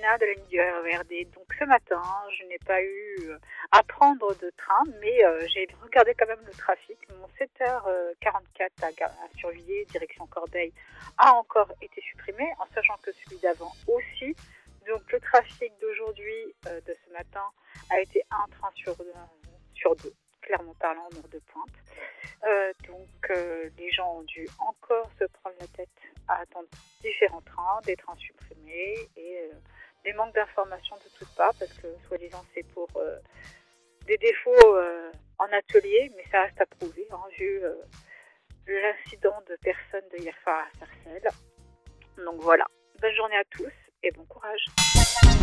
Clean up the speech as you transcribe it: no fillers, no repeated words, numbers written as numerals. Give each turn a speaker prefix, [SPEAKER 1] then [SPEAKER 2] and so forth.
[SPEAKER 1] Sabrina de la ligne du RERD. Donc ce matin, je n'ai pas eu à prendre de train, mais j'ai regardé quand même le trafic. Mon 7h44 à Survilliers, direction Corbeil, a encore été supprimé, en sachant que celui d'avant aussi. Donc le trafic d'aujourd'hui, de ce matin, a été un train sur deux, clairement parlant, en heure de pointe. Donc les gens ont dû encore se prendre la tête à attendre différents trains, des trains supprimés et des manques d'informations de toutes parts, parce que soi-disant c'est pour des défauts en atelier, mais ça reste à prouver, vu l'incident de personnes de hier soir à Sarcelles. Donc voilà, bonne journée à tous et bon courage.